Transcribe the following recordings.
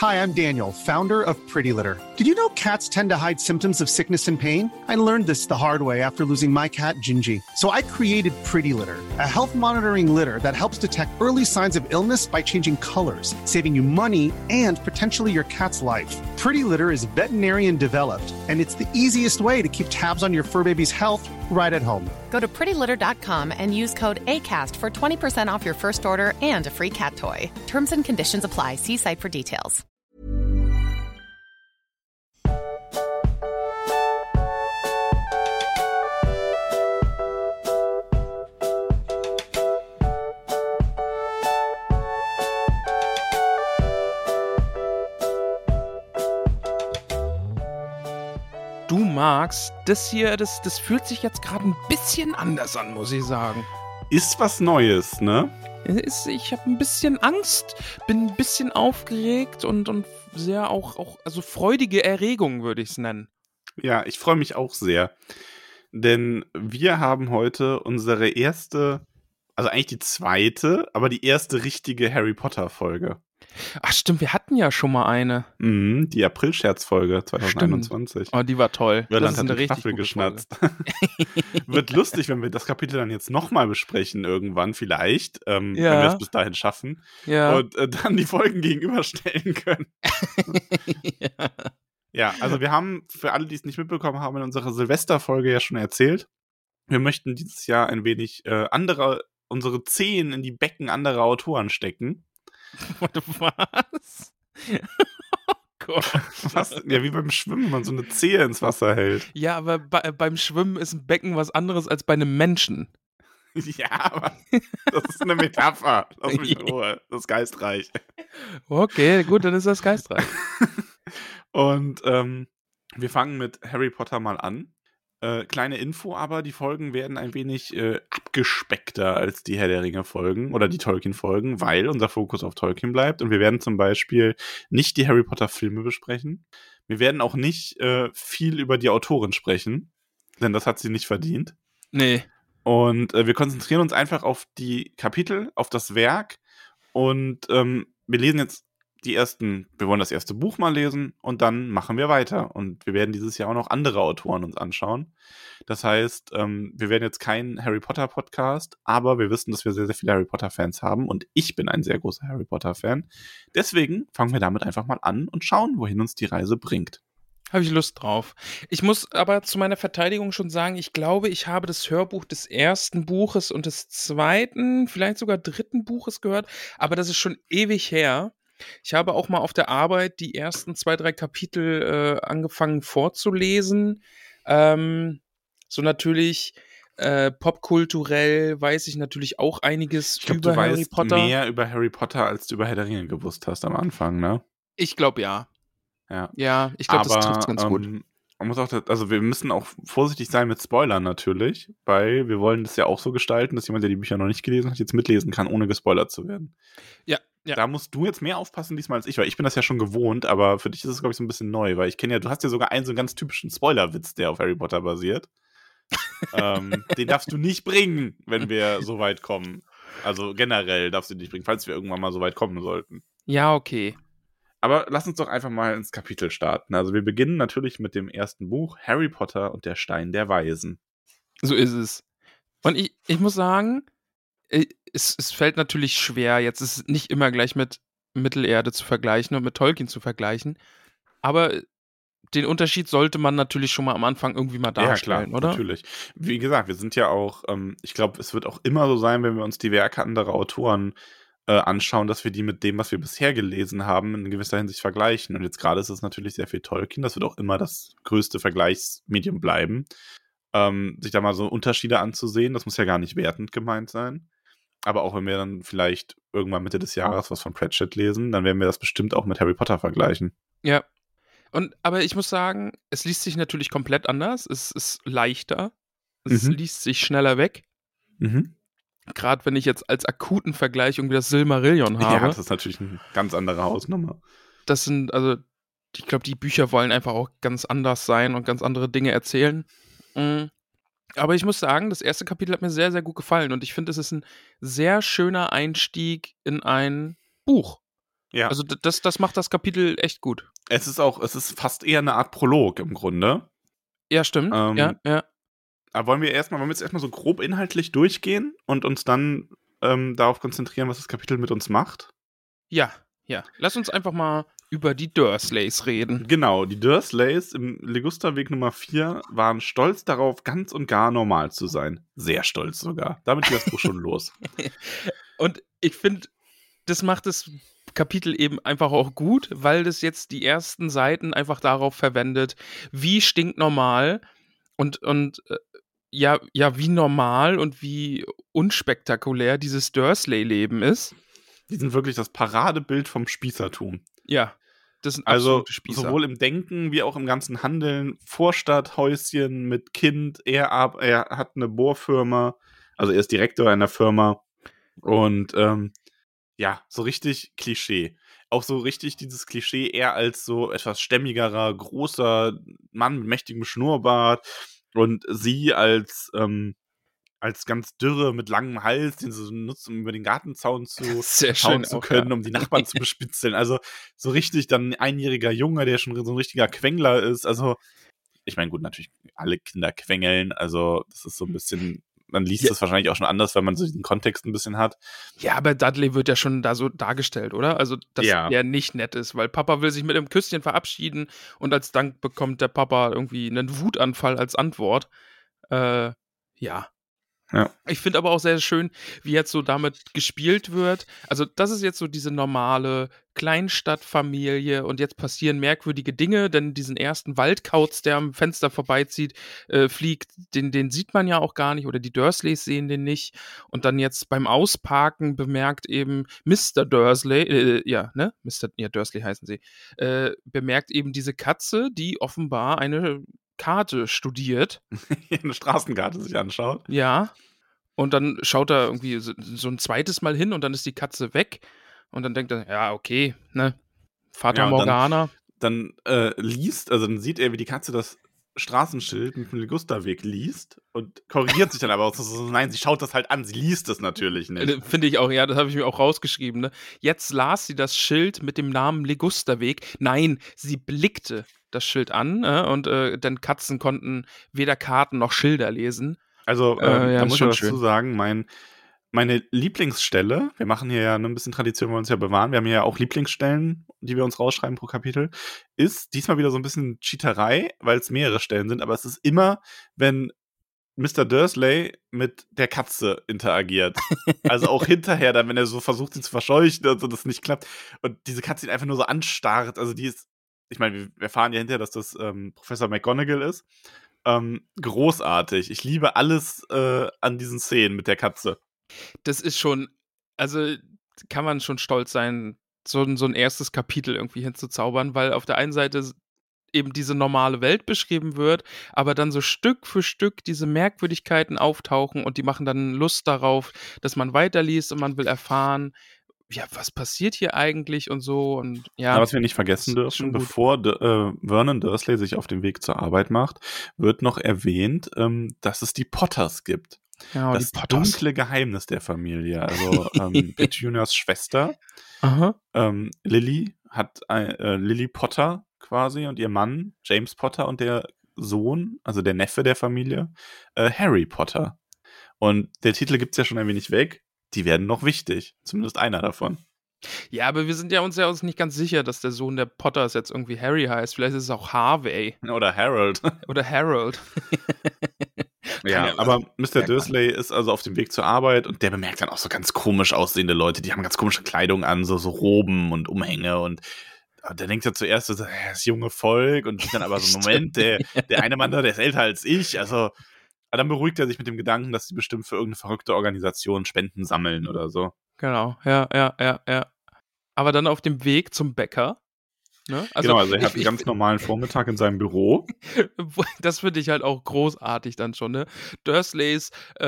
Hi, I'm Daniel, founder of Pretty Litter. Did you know cats tend to hide symptoms of sickness and pain? I learned this the hard way after losing my cat, Gingy. So I created Pretty Litter, a health monitoring litter that helps detect early signs of illness by changing colors, saving you money and potentially your cat's life. Pretty Litter is veterinarian developed, and it's the easiest way to keep tabs on your fur baby's health right at home. Go to prettylitter.com and use code ACAST for 20% off your first order and a free cat toy. Terms and conditions apply. See site for details. Du magst, das hier, das fühlt sich jetzt gerade ein bisschen anders an, muss ich sagen. Ist was Neues, ne? Ich habe ein bisschen Angst, bin ein bisschen aufgeregt und sehr auch also freudige Erregung, würde ich es nennen. Ja, ich freue mich auch sehr. Denn wir haben heute unsere erste, also eigentlich die zweite, aber die erste richtige Harry Potter-Folge. Ach stimmt, wir hatten ja schon mal eine. Die April-Scherz-Folge 2021. Stimmt. Oh, die war toll. Irland hat eine Staffel geschnatzt. Wird lustig, wenn wir das Kapitel dann jetzt nochmal besprechen irgendwann vielleicht, wenn wir es bis dahin schaffen. Ja. Und dann die Folgen gegenüberstellen können. Ja, also wir haben, für alle, die es nicht mitbekommen haben, in unserer Silvesterfolge ja schon erzählt, wir möchten dieses Jahr ein wenig unsere Zehen in die Becken anderer Autoren stecken. Was? Oh Gott. Was? Ja, wie beim Schwimmen, wenn man so eine Zehe ins Wasser hält. Ja, aber beim Schwimmen ist ein Becken was anderes als bei einem Menschen. Ja, aber das ist eine Metapher. Lass mich in Ruhe. Das ist geistreich. Okay, gut, dann ist das geistreich. Und wir fangen mit Harry Potter mal an. Kleine Info aber, die Folgen werden ein wenig abgespeckter als die Herr der Ringe-Folgen oder die Tolkien-Folgen, weil unser Fokus auf Tolkien bleibt und wir werden zum Beispiel nicht die Harry Potter-Filme besprechen. Wir werden auch nicht viel über die Autorin sprechen, denn das hat sie nicht verdient. Nee. Und wir konzentrieren uns einfach auf die Kapitel, auf das Werk und wir lesen jetzt wir wollen das erste Buch mal lesen und dann machen wir weiter. Und wir werden dieses Jahr auch noch andere Autoren uns anschauen. Das heißt, wir werden jetzt kein Harry Potter Podcast, aber wir wissen, dass wir sehr, sehr viele Harry Potter Fans haben und ich bin ein sehr großer Harry Potter Fan. Deswegen fangen wir damit einfach mal an und schauen, wohin uns die Reise bringt. Habe ich Lust drauf. Ich muss aber zu meiner Verteidigung schon sagen, ich glaube, ich habe das Hörbuch des ersten Buches und des zweiten, vielleicht sogar dritten Buches gehört, aber das ist schon ewig her. Ich habe auch mal auf der Arbeit die ersten 2, 3 Kapitel angefangen vorzulesen. So natürlich popkulturell weiß ich natürlich auch einiges über Harry Potter. Du weißt mehr über Harry Potter, als du über Herr der Ringe gewusst hast am Anfang, ne? Ich glaube, ja. Ja, ich glaube, das trifft ganz gut. Man muss auch, also wir müssen auch vorsichtig sein mit Spoilern natürlich, weil wir wollen das ja auch so gestalten, dass jemand, der die Bücher noch nicht gelesen hat, jetzt mitlesen kann, ohne gespoilert zu werden. Ja. Da musst du jetzt mehr aufpassen diesmal als ich, weil ich bin das ja schon gewohnt, aber für dich ist es, glaube ich, so ein bisschen neu, weil du hast ja sogar einen so einen ganz typischen Spoilerwitz, der auf Harry Potter basiert. Den darfst du nicht bringen, wenn wir so weit kommen. Also generell darfst du den nicht bringen, falls wir irgendwann mal so weit kommen sollten. Ja, okay. Aber lass uns doch einfach mal ins Kapitel starten. Also wir beginnen natürlich mit dem ersten Buch, Harry Potter und der Stein der Weisen. So ist es. Und ich muss sagen, es fällt natürlich schwer, jetzt ist es nicht immer gleich mit Mittelerde zu vergleichen und mit Tolkien zu vergleichen, aber den Unterschied sollte man natürlich schon mal am Anfang irgendwie mal darstellen, ja, klar, oder? Natürlich. Wie gesagt, wir sind ja auch, ich glaube, es wird auch immer so sein, wenn wir uns die Werke anderer Autoren anschauen, dass wir die mit dem, was wir bisher gelesen haben, in gewisser Hinsicht vergleichen. Und jetzt gerade ist es natürlich sehr viel Tolkien, das wird auch immer das größte Vergleichsmedium bleiben. Sich da mal so Unterschiede anzusehen, das muss ja gar nicht wertend gemeint sein. Aber auch wenn wir dann vielleicht irgendwann Mitte des Jahres was von Pratchett lesen, dann werden wir das bestimmt auch mit Harry Potter vergleichen. Ja. Aber ich muss sagen, es liest sich natürlich komplett anders. Es ist leichter. Es liest sich schneller weg. Gerade wenn ich jetzt als akuten Vergleich irgendwie das Silmarillion habe. Ja, das ist natürlich eine ganz andere Hausnummer. Das sind, also, ich glaube, die Bücher wollen einfach auch ganz anders sein und ganz andere Dinge erzählen. Aber ich muss sagen, das erste Kapitel hat mir sehr, sehr gut gefallen und ich finde, es ist ein sehr schöner Einstieg in ein Buch. Ja. Also das macht das Kapitel echt gut. Es ist fast eher eine Art Prolog im Grunde. Ja, stimmt. Ja. Aber wollen wir jetzt erstmal so grob inhaltlich durchgehen und uns dann darauf konzentrieren, was das Kapitel mit uns macht? Ja. Lass uns einfach mal über die Dursleys reden. Genau, die Dursleys im Ligusterweg Nummer 4 waren stolz darauf, ganz und gar normal zu sein. Sehr stolz sogar. Damit geht das Buch schon los. Und ich finde, das macht das Kapitel eben einfach auch gut, weil das jetzt die ersten Seiten einfach darauf verwendet, wie stinknormal und wie normal und wie unspektakulär dieses Dursley-Leben ist. Die sind wirklich das Paradebild vom Spießertum. Ja, das sind Also absolute Spießer. sowohl im Denken wie auch im ganzen Handeln. Vorstadt, Häuschen mit Kind. Er hat eine Bohrfirma. Also er ist Direktor einer Firma. Und so richtig Klischee. Auch so richtig dieses Klischee, er als so etwas stämmigerer, großer Mann mit mächtigem Schnurrbart und sie als ganz dürre mit langem Hals, den sie so nutzt, um über den Gartenzaun schauen zu können, um die Nachbarn zu bespitzeln. Also so richtig dann ein einjähriger Junge, der schon so ein richtiger Quengler ist. Also ich meine, gut, natürlich alle Kinder quengeln. Also das ist so ein bisschen, man liest es wahrscheinlich auch schon anders, wenn man so diesen Kontext ein bisschen hat. Ja, aber Dudley wird ja schon da so dargestellt, oder? Also, dass der nicht nett ist, weil Papa will sich mit einem Küsschen verabschieden und als Dank bekommt der Papa irgendwie einen Wutanfall als Antwort. Ja. Ich finde aber auch sehr schön, wie jetzt so damit gespielt wird. Also das ist jetzt so diese normale Kleinstadtfamilie und jetzt passieren merkwürdige Dinge, denn diesen ersten Waldkauz, der am Fenster vorbeizieht, fliegt, den sieht man ja auch gar nicht oder die Dursleys sehen den nicht. Und dann jetzt beim Ausparken bemerkt eben Mr. Dursley, Dursley heißen sie, bemerkt eben diese Katze, die offenbar eine Karte studiert. Eine Straßenkarte sich anschaut. Ja. Und dann schaut er irgendwie so ein zweites Mal hin und dann ist die Katze weg. Und dann denkt er, ja, okay, ne? Fata Morgana. Dann sieht er, wie die Katze das Straßenschild mit dem Ligusterweg liest und korrigiert sich dann aber auch so, nein, sie schaut das halt an, sie liest es natürlich nicht. Finde ich auch, ja, das habe ich mir auch rausgeschrieben, ne? Jetzt las sie das Schild mit dem Namen Ligusterweg. Nein, sie blickte das Schild an, und denn Katzen konnten weder Karten noch Schilder lesen. Also, da muss ich dazu sagen, meine Lieblingsstelle, wir machen hier ja ein bisschen Tradition, wir uns ja bewahren, wir haben ja auch Lieblingsstellen, die wir uns rausschreiben pro Kapitel, ist diesmal wieder so ein bisschen Cheaterei, weil es mehrere Stellen sind, aber es ist immer, wenn Mr. Dursley mit der Katze interagiert. Also auch hinterher dann, wenn er so versucht, sie zu verscheuchen und so, das nicht klappt. Und diese Katze ihn einfach nur so anstarrt. Also die ist, ich meine, wir erfahren ja hinterher, dass das Professor McGonagall ist. Großartig. Ich liebe alles an diesen Szenen mit der Katze. Das ist schon, also kann man schon stolz sein, so ein erstes Kapitel irgendwie hinzuzaubern, weil auf der einen Seite eben diese normale Welt beschrieben wird, aber dann so Stück für Stück diese Merkwürdigkeiten auftauchen und die machen dann Lust darauf, dass man weiterliest und man will erfahren, ja, was passiert hier eigentlich und so. Und ja. Aber was wir nicht vergessen dürfen, bevor Vernon Dursley sich auf den Weg zur Arbeit macht, wird noch erwähnt, dass es die Potters gibt. Ja, das dunkle Geheimnis der Familie. Also Petunias Schwester, Lily, hat Lily Potter quasi und ihr Mann, James Potter, und der Sohn, also der Neffe der Familie, Harry Potter. Und der Titel gibt's ja schon ein wenig weg. Die werden noch wichtig. Zumindest einer davon. Ja, aber wir sind ja uns nicht ganz sicher, dass der Sohn der Potters jetzt irgendwie Harry heißt. Vielleicht ist es auch Harvey. Oder Harold. Oder Harold. Ja, aber Mr. Dursley ist also auf dem Weg zur Arbeit und der bemerkt dann auch so ganz komisch aussehende Leute, die haben ganz komische Kleidung an, so Roben und Umhänge und der denkt ja zuerst so, das junge Volk und dann aber so, Moment, der eine Mann da, der ist älter als ich, also aber dann beruhigt er sich mit dem Gedanken, dass sie bestimmt für irgendeine verrückte Organisation Spenden sammeln oder so. Genau, ja. Aber dann auf dem Weg zum Bäcker. Ne? Also er hat einen ganz normalen Vormittag in seinem Büro. Das finde ich halt auch großartig dann schon, ne? Dursleys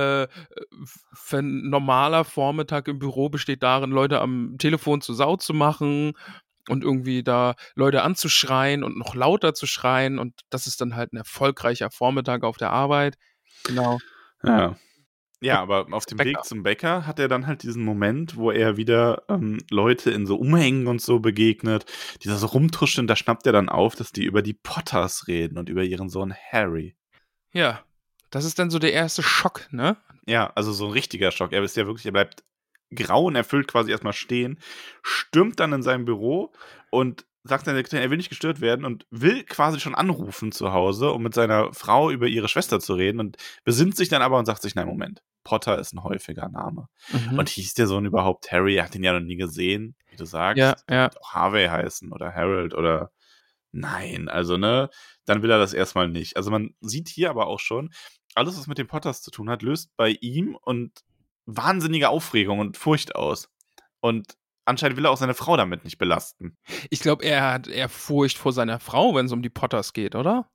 normaler Vormittag im Büro besteht darin, Leute am Telefon zu Sau zu machen und irgendwie da Leute anzuschreien und noch lauter zu schreien und das ist dann halt ein erfolgreicher Vormittag auf der Arbeit. Genau. Ja. Ja, aber auf dem Bäcker. Weg zum Bäcker hat er dann halt diesen Moment, wo er wieder Leute in so Umhängen und so begegnet, die da so rumtuscheln. Da schnappt er dann auf, dass die über die Potters reden und über ihren Sohn Harry. Ja, das ist dann so der erste Schock, ne? Ja, also so ein richtiger Schock. Er ist ja wirklich, er bleibt grauenerfüllt quasi erstmal stehen, stürmt dann in sein Büro und sagt seiner Sekretärin, er will nicht gestört werden und will quasi schon anrufen zu Hause, um mit seiner Frau über ihre Schwester zu reden und besinnt sich dann aber und sagt sich, nein, Moment, Potter ist ein häufiger Name. Mhm. Und hieß der Sohn überhaupt Harry? Er hat ihn ja noch nie gesehen, wie du sagst. Ja, Der ja. könnte auch Harvey heißen oder Harold oder nein, also ne, dann will er das erstmal nicht. Also man sieht hier aber auch schon, alles, was mit den Potters zu tun hat, löst bei ihm und wahnsinnige Aufregung und Furcht aus. Und anscheinend will er auch seine Frau damit nicht belasten. Ich glaube, er hat eher Furcht vor seiner Frau, wenn es um die Potters geht, oder?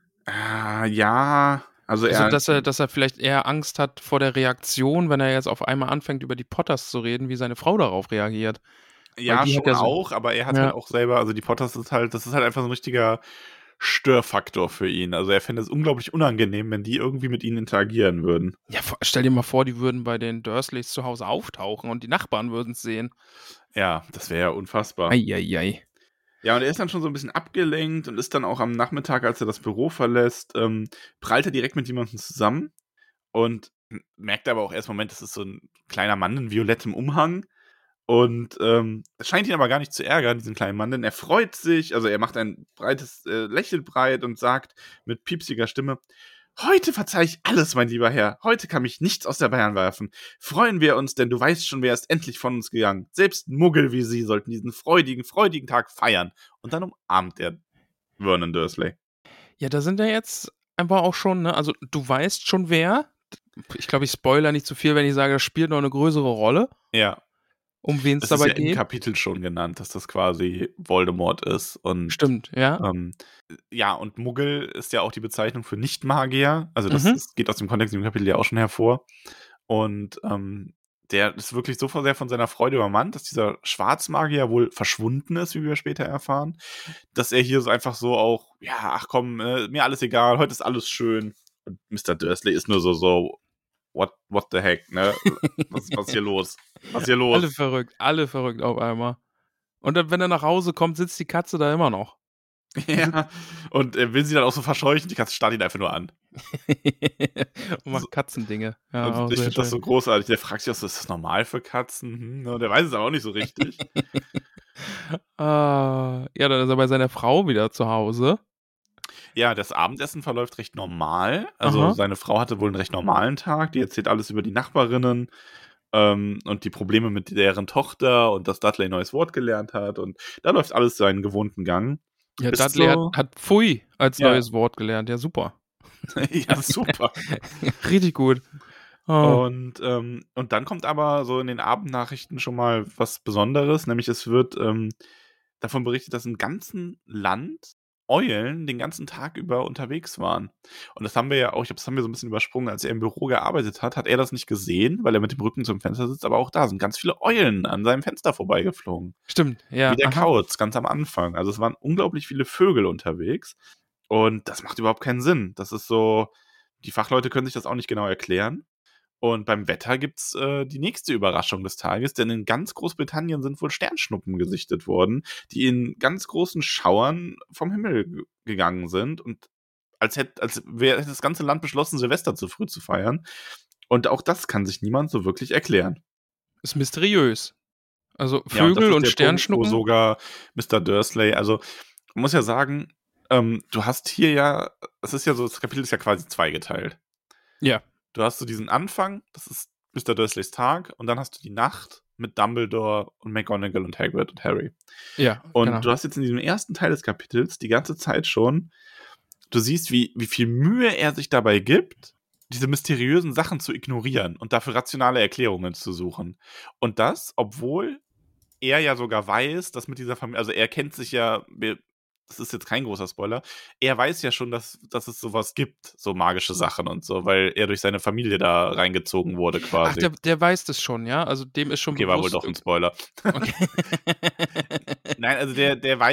Ja, also Also, dass er vielleicht eher Angst hat vor der Reaktion, wenn er jetzt auf einmal anfängt, über die Potters zu reden, wie seine Frau darauf reagiert. ja, die hat schon ja so auch, aber er hat Ja. halt auch selber, also die Potters ist halt, das ist halt einfach so ein richtiger Störfaktor für ihn. Also er fände es unglaublich unangenehm, wenn die irgendwie mit ihnen interagieren würden. Ja, stell dir mal vor, die würden bei den Dursleys zu Hause auftauchen und die Nachbarn würden es sehen. Ja, das wäre ja unfassbar. Eieiei. Ja, und er ist dann schon so ein bisschen abgelenkt und ist dann auch am Nachmittag, als er das Büro verlässt, prallt er direkt mit jemandem zusammen und merkt aber auch erst, Moment, das ist so ein kleiner Mann in violettem Umhang. Und es scheint ihn aber gar nicht zu ärgern, diesen kleinen Mann, denn er freut sich, also er macht ein breites Lächeln breit und sagt mit piepsiger Stimme, heute verzeih ich alles, mein lieber Herr. Heute kann mich nichts aus der Bahn werfen. Freuen wir uns, denn du weißt schon, wer ist endlich von uns gegangen. Selbst Muggel wie Sie sollten diesen freudigen Tag feiern. Und dann umarmt er Vernon Dursley. Ja, da sind ja jetzt einfach auch schon, ne? Also, du weißt schon wer. Ich glaube, ich spoilere nicht zu viel, wenn ich sage, das spielt noch eine größere Rolle, Ja, um wen es das ist dabei ja im geht. Kapitel schon genannt, dass das quasi Voldemort ist. Und Stimmt, ja. ja, und Muggel ist ja auch die Bezeichnung für Nicht-Magier. Also das Mhm. geht aus dem Kontext im Kapitel ja auch schon hervor. Und der ist wirklich so sehr von seiner Freude übermannt, dass dieser Schwarzmagier wohl verschwunden ist, wie wir später erfahren, dass er hier so einfach so auch, ja, ach komm, mir alles egal, heute ist alles schön. Und Mr. Dursley ist nur so, what the heck, ne? Was ist hier los? Was ist hier los? Alle verrückt auf einmal. Und dann, wenn er nach Hause kommt, sitzt die Katze da immer noch. Ja, und er will sie dann auch so verscheuchen, die Katze starrt ihn einfach nur an. Und macht Katzendinge. Ja, Und auch ich sehr finde das so schön. großartig. Der fragt sich auch so, ist das normal für Katzen? Ne, der weiß es aber auch nicht so richtig. Ja, dann ist er bei seiner Frau wieder zu Hause. Ja, das Abendessen verläuft recht normal. Also Aha. seine Frau hatte wohl einen recht normalen Tag. Die erzählt alles über die Nachbarinnen und die Probleme mit deren Tochter und dass Dudley ein neues Wort gelernt hat. Und da läuft alles seinen gewohnten Gang. Ja, Bis Dudley hat Pfui als Ja. neues Wort gelernt. Ja, super. Ja, super. Richtig gut. Oh. Und dann kommt aber so in den Abendnachrichten schon mal was Besonderes, nämlich es wird davon berichtet, dass im ganzen Land Eulen den ganzen Tag über unterwegs waren. Und das haben wir ja auch, ich glaube, das haben wir so ein bisschen übersprungen, als er im Büro gearbeitet hat er das nicht gesehen, weil er mit dem Rücken zum Fenster sitzt, aber auch da sind ganz viele Eulen an seinem Fenster vorbeigeflogen. Stimmt, ja. Wie der aha. Kauz, ganz am Anfang. Also es waren unglaublich viele Vögel unterwegs und das macht überhaupt keinen Sinn. Das ist so, die Fachleute können sich das auch nicht genau erklären. Und beim Wetter gibt's die nächste Überraschung des Tages, denn in ganz Großbritannien sind wohl Sternschnuppen gesichtet worden, die in ganz großen Schauern vom Himmel gegangen sind und als wäre das ganze Land beschlossen, Silvester zu früh zu feiern. Und auch das kann sich niemand so wirklich erklären. Ist mysteriös. Also Ja, und das Vögel ist und der Punkt, wo Sternschnuppen. sogar Mr. Dursley, also man muss ja sagen, du hast hier ja, es ist ja so, das Kapitel ist ja quasi zweigeteilt. Ja. Du hast so diesen Anfang, das ist Mr. Dursleys Tag, und dann hast du die Nacht mit Dumbledore und McGonagall und Hagrid und Harry. Ja, Und genau. du hast jetzt in diesem ersten Teil des Kapitels die ganze Zeit schon, du siehst, wie viel Mühe er sich dabei gibt, diese mysteriösen Sachen zu ignorieren und dafür rationale Erklärungen zu suchen. Und das, obwohl er ja sogar weiß, dass mit dieser Familie, also er kennt sich ja, das ist jetzt kein großer Spoiler, er weiß ja schon, dass es sowas gibt, so magische Sachen und so, weil er durch seine Familie da reingezogen wurde Ach, quasi. der weiß das schon, ja? Also dem ist schon Okay, war wohl bewusst. doch ein Spoiler. Okay. Nein, also der weiß,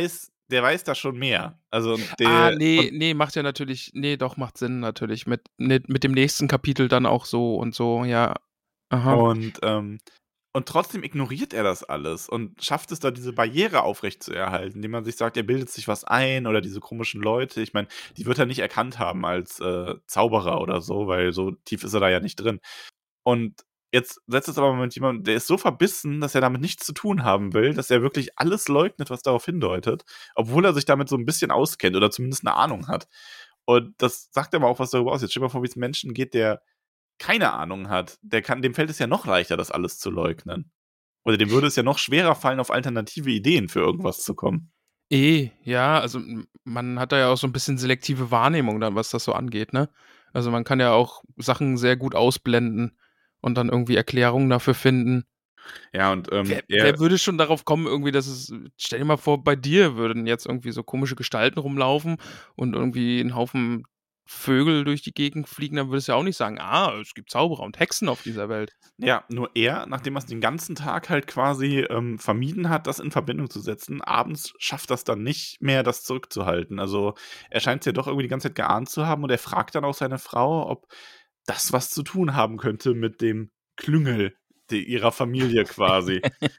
der weiß da schon mehr. Also der. Nee, macht ja natürlich, doch, macht Sinn natürlich. Mit dem nächsten Kapitel dann auch so und so, ja. Aha. Und trotzdem ignoriert er das alles und schafft es da, diese Barriere aufrechtzuerhalten, indem man sich sagt, er bildet sich was ein oder diese komischen Leute. Ich meine, die wird er nicht erkannt haben als Zauberer oder so, weil so tief ist er da ja nicht drin. Und jetzt setzt es aber mit jemandem, der ist so verbissen, dass er damit nichts zu tun haben will, dass er wirklich alles leugnet, was darauf hindeutet, obwohl er sich damit so ein bisschen auskennt oder zumindest eine Ahnung hat. Und das sagt aber auch was darüber aus. Jetzt stell dir mal vor, wie es einem Menschen geht, der keine Ahnung hat. Dem fällt es ja noch leichter, das alles zu leugnen. Oder dem würde es ja noch schwerer fallen, auf alternative Ideen für irgendwas zu kommen. Ja, also man hat da ja auch so ein bisschen selektive Wahrnehmung dann, was das so angeht, ne? Also man kann ja auch Sachen sehr gut ausblenden und dann irgendwie Erklärungen dafür finden. Ja, und Wer würde schon darauf kommen, irgendwie, stell dir mal vor, bei dir würden jetzt irgendwie so komische Gestalten rumlaufen und irgendwie ein Haufen Vögel durch die Gegend fliegen, dann würdest du ja auch nicht sagen, es gibt Zauberer und Hexen auf dieser Welt. Ja, nur er, nachdem er es den ganzen Tag halt quasi vermieden hat, das in Verbindung zu setzen, abends schafft das dann nicht mehr, das zurückzuhalten. Also er scheint es ja doch irgendwie die ganze Zeit geahnt zu haben und er fragt dann auch seine Frau, ob das was zu tun haben könnte mit dem Klüngel ihrer Familie quasi.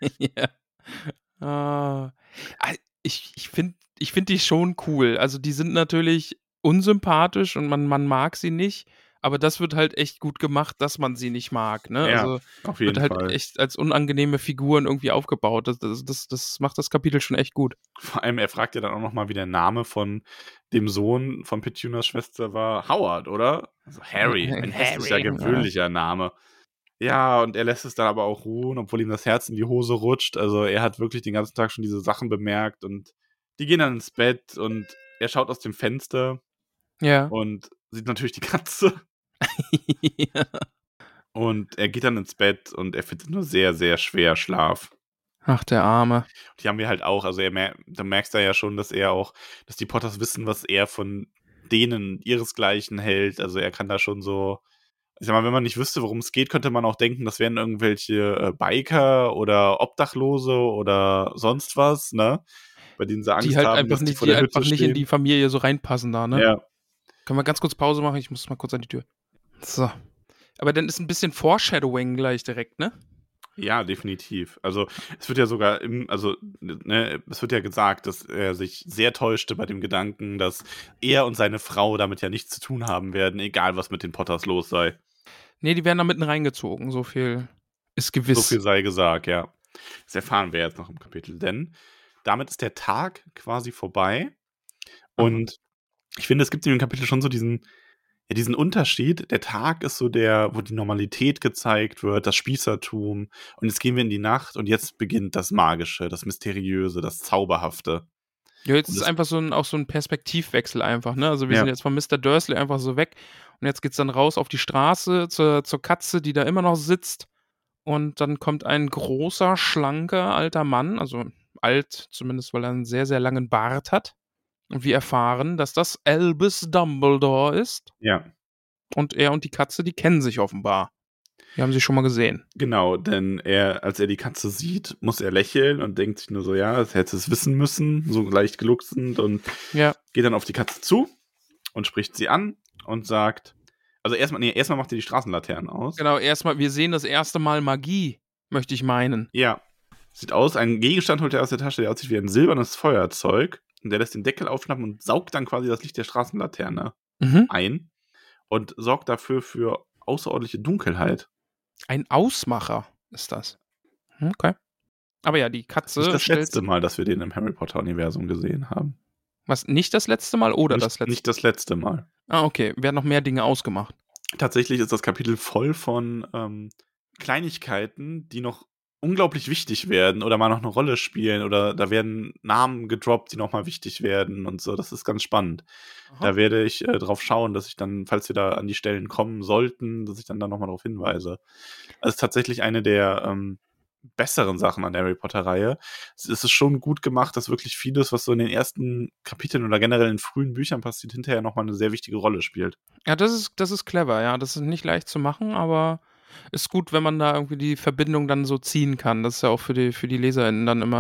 Ja. Ich find die schon cool. Also die sind natürlich unsympathisch und man mag sie nicht, aber das wird halt echt gut gemacht, dass man sie nicht mag, ne? Ja, Also auf wird jeden halt Fall. echt als unangenehme Figuren irgendwie aufgebaut. Das macht das Kapitel schon echt gut. Vor allem, er fragt ja dann auch nochmal, wie der Name von dem Sohn von Petunas Schwester war. Howard, oder? Also Harry, ein hässlicher, gewöhnlicher Name. Ja, und er lässt es dann aber auch ruhen, obwohl ihm das Herz in die Hose rutscht. Also er hat wirklich den ganzen Tag schon diese Sachen bemerkt und die gehen dann ins Bett und er schaut aus dem Fenster Ja. und sieht natürlich die Katze. Ja. Und er geht dann ins Bett und er findet nur sehr, sehr schwer Schlaf. Ach, der Arme. Die haben wir halt auch, also da merkst du ja schon, dass die Potters wissen, was er von denen ihresgleichen hält. Also er kann da schon so, ich sag mal, wenn man nicht wüsste, worum es geht, könnte man auch denken, das wären irgendwelche Biker oder Obdachlose oder sonst was, ne? Bei denen sie Angst Die halt haben, einfach dass die nicht, vor der die Hütte einfach nicht in die Familie so reinpassen da, ne? Ja. Können wir ganz kurz Pause machen? Ich muss mal kurz an die Tür. So. Aber dann ist ein bisschen Foreshadowing gleich direkt, ne? Ja, definitiv. Also es wird ja sogar es wird ja gesagt, dass er sich sehr täuschte bei dem Gedanken, dass er und seine Frau damit ja nichts zu tun haben werden, egal was mit den Potters los sei. Nee, die werden da mitten reingezogen, so viel ist gewiss. So viel sei gesagt, ja. Das erfahren wir jetzt noch im Kapitel, denn damit ist der Tag quasi vorbei. Und ich finde, es gibt in dem Kapitel schon so diesen Unterschied. Der Tag ist so wo die Normalität gezeigt wird, das Spießertum. Und jetzt gehen wir in die Nacht und jetzt beginnt das Magische, das Mysteriöse, das Zauberhafte. Ja, jetzt ist einfach so ein Perspektivwechsel einfach, ne? Also wir sind jetzt von Mr. Dursley einfach so weg und jetzt geht's dann raus auf die Straße zur Katze, die da immer noch sitzt. Und dann kommt ein großer, schlanker, alter Mann, also alt zumindest, weil er einen sehr, sehr langen Bart hat. Und wir erfahren, dass das Albus Dumbledore ist. Ja. Und er und die Katze, die kennen sich offenbar. Die haben sich schon mal gesehen. Genau, denn als er die Katze sieht, muss er lächeln und denkt sich nur so, ja, das hätte es wissen müssen, so leicht glucksend und geht dann auf die Katze zu und spricht sie an und sagt, also erstmal macht er die Straßenlaternen aus. Genau, wir sehen das erste Mal Magie, möchte ich meinen. Ja, sieht aus, ein Gegenstand holt er aus der Tasche, der aussieht wie ein silbernes Feuerzeug und der lässt den Deckel aufschnappen und saugt dann quasi das Licht der Straßenlaterne ein und sorgt dafür für außerordentliche Dunkelheit. Ein Ausmacher ist das. Okay. Aber ja, die Katze. Das ist nicht das letzte Mal, dass wir den im Harry Potter-Universum gesehen haben. Was, nicht das letzte Mal oder das letzte? Nicht das letzte Mal. Okay. Werden noch mehr Dinge ausgemacht. Tatsächlich ist das Kapitel voll von Kleinigkeiten, die noch unglaublich wichtig werden oder mal noch eine Rolle spielen oder da werden Namen gedroppt, die nochmal wichtig werden und so. Das ist ganz spannend. Aha. Da werde ich drauf schauen, dass ich dann, falls wir da an die Stellen kommen sollten, dass ich dann da nochmal drauf hinweise. Das ist tatsächlich eine der besseren Sachen an der Harry Potter-Reihe. Es ist schon gut gemacht, dass wirklich vieles, was so in den ersten Kapiteln oder generell in frühen Büchern passiert, hinterher nochmal eine sehr wichtige Rolle spielt. Ja, das ist clever, ja. Das ist nicht leicht zu machen, aber ist gut, wenn man da irgendwie die Verbindung dann so ziehen kann. Das ist ja auch für die LeserInnen dann immer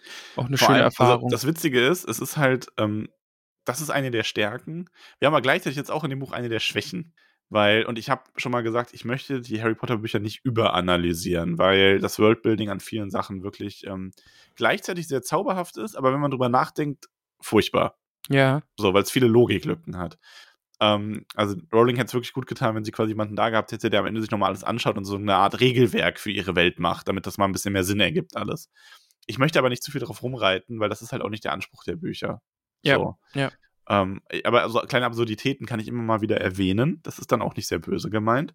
Auch eine Vor schöne allem, also Erfahrung. das Witzige ist, es ist halt, das ist eine der Stärken. Wir haben aber gleichzeitig jetzt auch in dem Buch eine der Schwächen. Und ich habe schon mal gesagt, ich möchte die Harry Potter Bücher nicht überanalysieren, weil das Worldbuilding an vielen Sachen wirklich gleichzeitig sehr zauberhaft ist, aber wenn man drüber nachdenkt, furchtbar. Ja. So, weil es viele Logiklücken hat. Also Rowling hätte es wirklich gut getan, wenn sie quasi jemanden da gehabt hätte, der am Ende sich nochmal alles anschaut und so eine Art Regelwerk für ihre Welt macht, damit das mal ein bisschen mehr Sinn ergibt alles. Ich möchte aber nicht zu viel drauf rumreiten, weil das ist halt auch nicht der Anspruch der Bücher. Ja, So. ja. Aber so kleine Absurditäten kann ich immer mal wieder erwähnen. Das ist dann auch nicht sehr böse gemeint.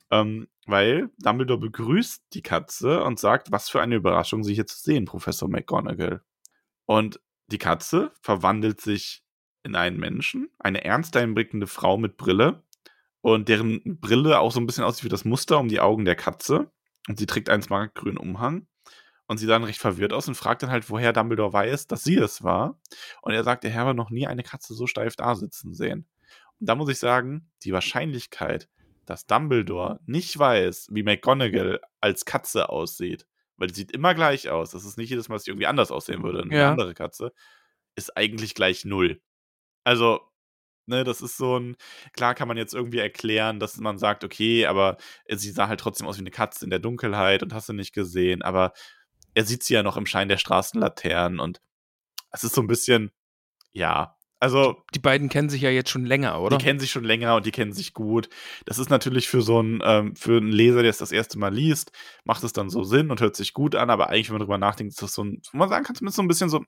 Weil Dumbledore begrüßt die Katze und sagt, was für eine Überraschung, Sie hier zu sehen, Professor McGonagall. Und die Katze verwandelt sich in einen Menschen, eine ernst einblickende Frau mit Brille und deren Brille auch so ein bisschen aussieht wie das Muster um die Augen der Katze. Und sie trägt einen smaragdgrünen Umhang. Und sie sah dann recht verwirrt aus und fragt dann halt, woher Dumbledore weiß, dass sie es war. Und er sagt, er habe noch nie eine Katze so steif da sitzen sehen. Und da muss ich sagen, die Wahrscheinlichkeit, dass Dumbledore nicht weiß, wie McGonagall als Katze aussieht, weil die sieht immer gleich aus, das ist nicht jedes Mal, dass die irgendwie anders aussehen würde, eine Ja. andere Katze, ist eigentlich gleich 0. Also, ne, das ist so ein, klar kann man jetzt irgendwie erklären, dass man sagt, okay, aber sie sah halt trotzdem aus wie eine Katze in der Dunkelheit und hast du nicht gesehen, aber er sieht sie ja noch im Schein der Straßenlaternen und es ist so ein bisschen, ja, also Die beiden kennen sich ja jetzt schon länger, oder? die kennen sich schon länger und die kennen sich gut. Das ist natürlich für so für einen Leser, der es das erste Mal liest, macht es dann so Sinn und hört sich gut an, aber eigentlich, wenn man drüber nachdenkt, ist das so ein, wo man sagen kann, zumindest so ein bisschen so,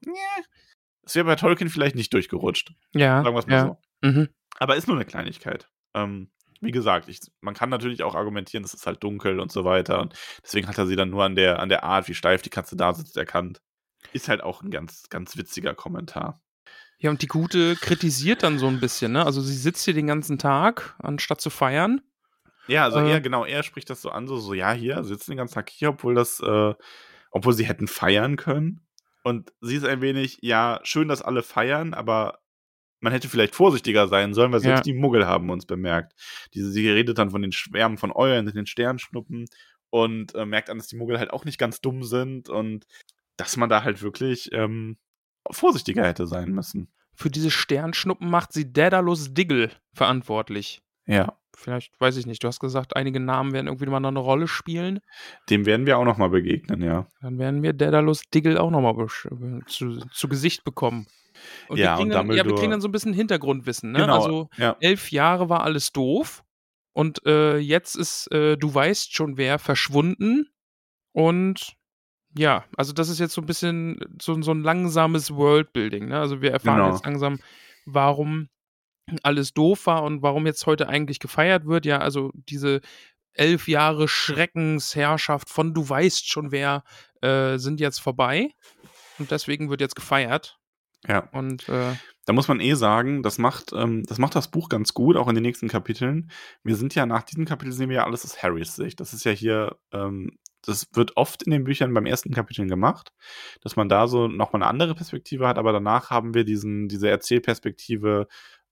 es wäre bei Tolkien vielleicht nicht durchgerutscht. Ja. Sagen wir es mal Ja. so. Mhm. Aber ist nur eine Kleinigkeit. Wie gesagt, man kann natürlich auch argumentieren, es ist halt dunkel und so weiter. Und deswegen hat er sie dann nur an der Art, wie steif die Katze da sitzt, erkannt. Ist halt auch ein ganz, ganz witziger Kommentar. Ja, und die Gute kritisiert dann so ein bisschen, ne? Also sie sitzt hier den ganzen Tag, anstatt zu feiern. Ja, also er spricht das so an, so ja, hier, sitzen den ganzen Tag hier, obwohl sie hätten feiern können. Und sie ist ein wenig, ja, schön, dass alle feiern, aber man hätte vielleicht vorsichtiger sein sollen, weil selbst Ja. die Muggel haben uns bemerkt. Sie redet dann von den Schwärmen von Eulen, den Sternschnuppen und merkt an, dass die Muggel halt auch nicht ganz dumm sind und dass man da halt wirklich vorsichtiger hätte sein müssen. Für diese Sternschnuppen macht sie Daedalus Diggle verantwortlich. Ja. Vielleicht, weiß ich nicht, du hast gesagt, einige Namen werden irgendwie mal noch eine Rolle spielen. Dem werden wir auch noch mal begegnen, ja. Dann werden wir Daedalus Diggle auch noch mal zu Gesicht bekommen. Und Ja, wir und kriegen Dumbledore- dann so ein bisschen Hintergrundwissen, ne? Genau, Also ja. 11 Jahre war alles doof und jetzt ist du weißt schon wer verschwunden und ja, also das ist jetzt so ein bisschen so ein langsames Worldbuilding, ne? Also wir erfahren Genau. jetzt langsam, warum alles doof war und warum jetzt heute eigentlich gefeiert wird. Ja, also diese 11 Jahre Schreckensherrschaft von du weißt schon wer sind jetzt vorbei und deswegen wird jetzt gefeiert. Ja. Und Da muss man sagen, das macht das Buch ganz gut, auch in den nächsten Kapiteln. Wir sind ja nach diesem Kapitel sehen wir ja alles aus Harrys Sicht. Das ist ja hier, das wird oft in den Büchern beim ersten Kapitel gemacht, dass man da so nochmal eine andere Perspektive hat, aber danach haben wir diese Erzählperspektive